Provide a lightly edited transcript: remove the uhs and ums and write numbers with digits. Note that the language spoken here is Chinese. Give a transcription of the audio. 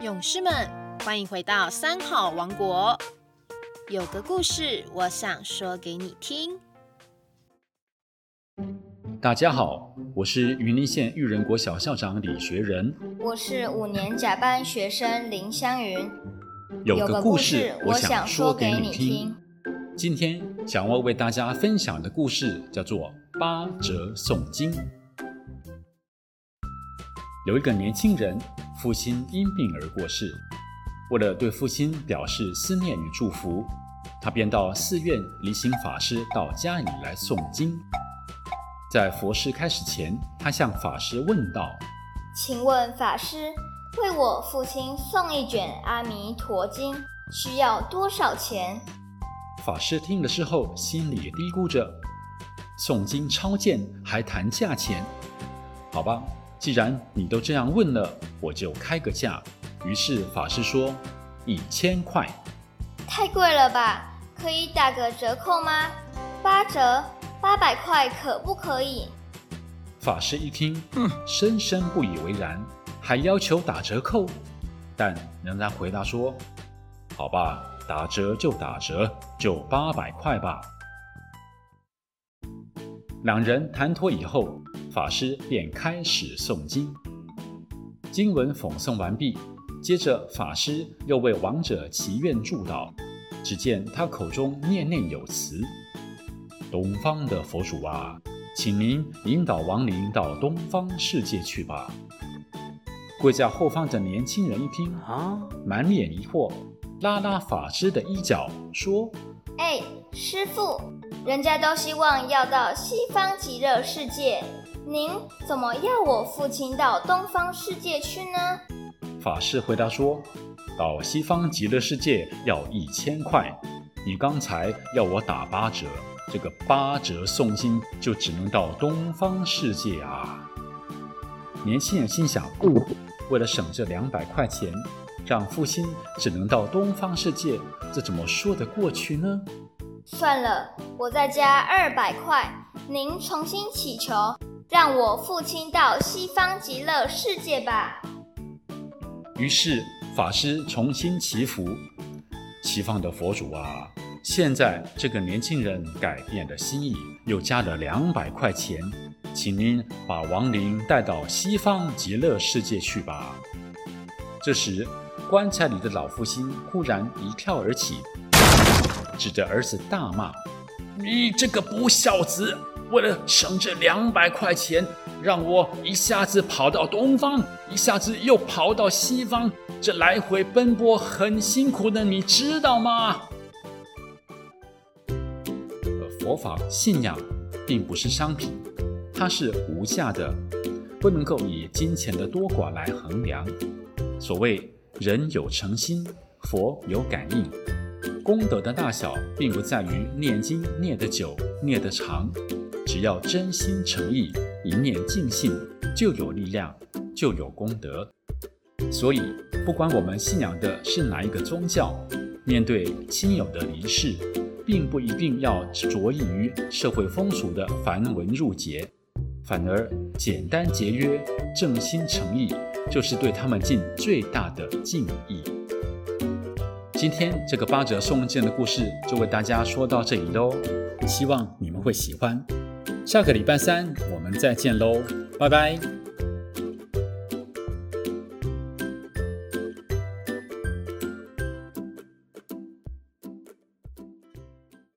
勇士们，欢迎回到三好王国。有个故事，我想说给你听。 大家好，我是云林县育人国小校长李学仁。 我是5年甲班学生林香云。 有个故事，我想说给你听。今天想要为大家分享的故事叫做八折诵经。有一个年轻人，父亲因病而过世，为了对父亲表示思念与祝福，他便到寺院离请法师到家里来诵经。在佛事开始前，他向法师问道： 请问法师，为我父亲诵一卷阿弥陀经需要多少钱？ 法师听了之后，心里嘀咕着：诵经超荐，还谈价钱？好吧，既然你都这样问了，我就开个价。于是法师说：1000块。 太贵了吧？可以打个折扣吗？8折，800块可不可以？ 法师一听，深深不以为然，还要求打折扣，但仍然回答说：好吧，打折就打折，就800块吧。两人谈妥以后，法师便开始诵经。经文讽诵完毕，接着法师又为亡者祈愿祝祷。只见他口中念念有词：东方的佛主啊，请您引导亡灵到东方世界去吧。跪在后方的年轻人一听，满脸疑惑，拉拉法师的衣角说： 师父，人家都希望要到西方极乐世界，您怎么要我父亲到东方世界去呢？ 法师回答说：到西方极乐世界要1000块，你刚才要我打8折，这个8折诵经就只能到东方世界啊。年轻人心想，为了省这200块钱，让父亲只能到东方世界，这怎么说得过去呢？ 算了，我再加200块，您重新祈求，让我父亲到西方极乐世界吧。 于是法师重新祈福：西方的佛主啊，现在这个年轻人改变了心意，又加了200块钱，请您把亡灵带到西方极乐世界去吧。这时棺材里的老父亲忽然一跳而起，指着儿子大骂：你这个不孝子，为了省这200块钱，让我一下子跑到东方，一下子又跑到西方，这来回奔波很辛苦的，你知道吗？佛法信仰并不是商品，它是无价的，不能够以金钱的多寡来衡量。所谓人有诚心，佛有感应。功德的大小并不在于念经念得久念得长，只要真心诚意，一念尽兴，就有力量，就有功德。所以不管我们信仰的是哪一个宗教，面对亲友的离世，并不一定要着意于社会风俗的繁文缛节，反而简单节约，正心诚意，就是对他们尽最大的敬意。今天这个8折诵经的故事就为大家说到这里喽，希望你们会喜欢。下个礼拜3我们再见喽，拜拜。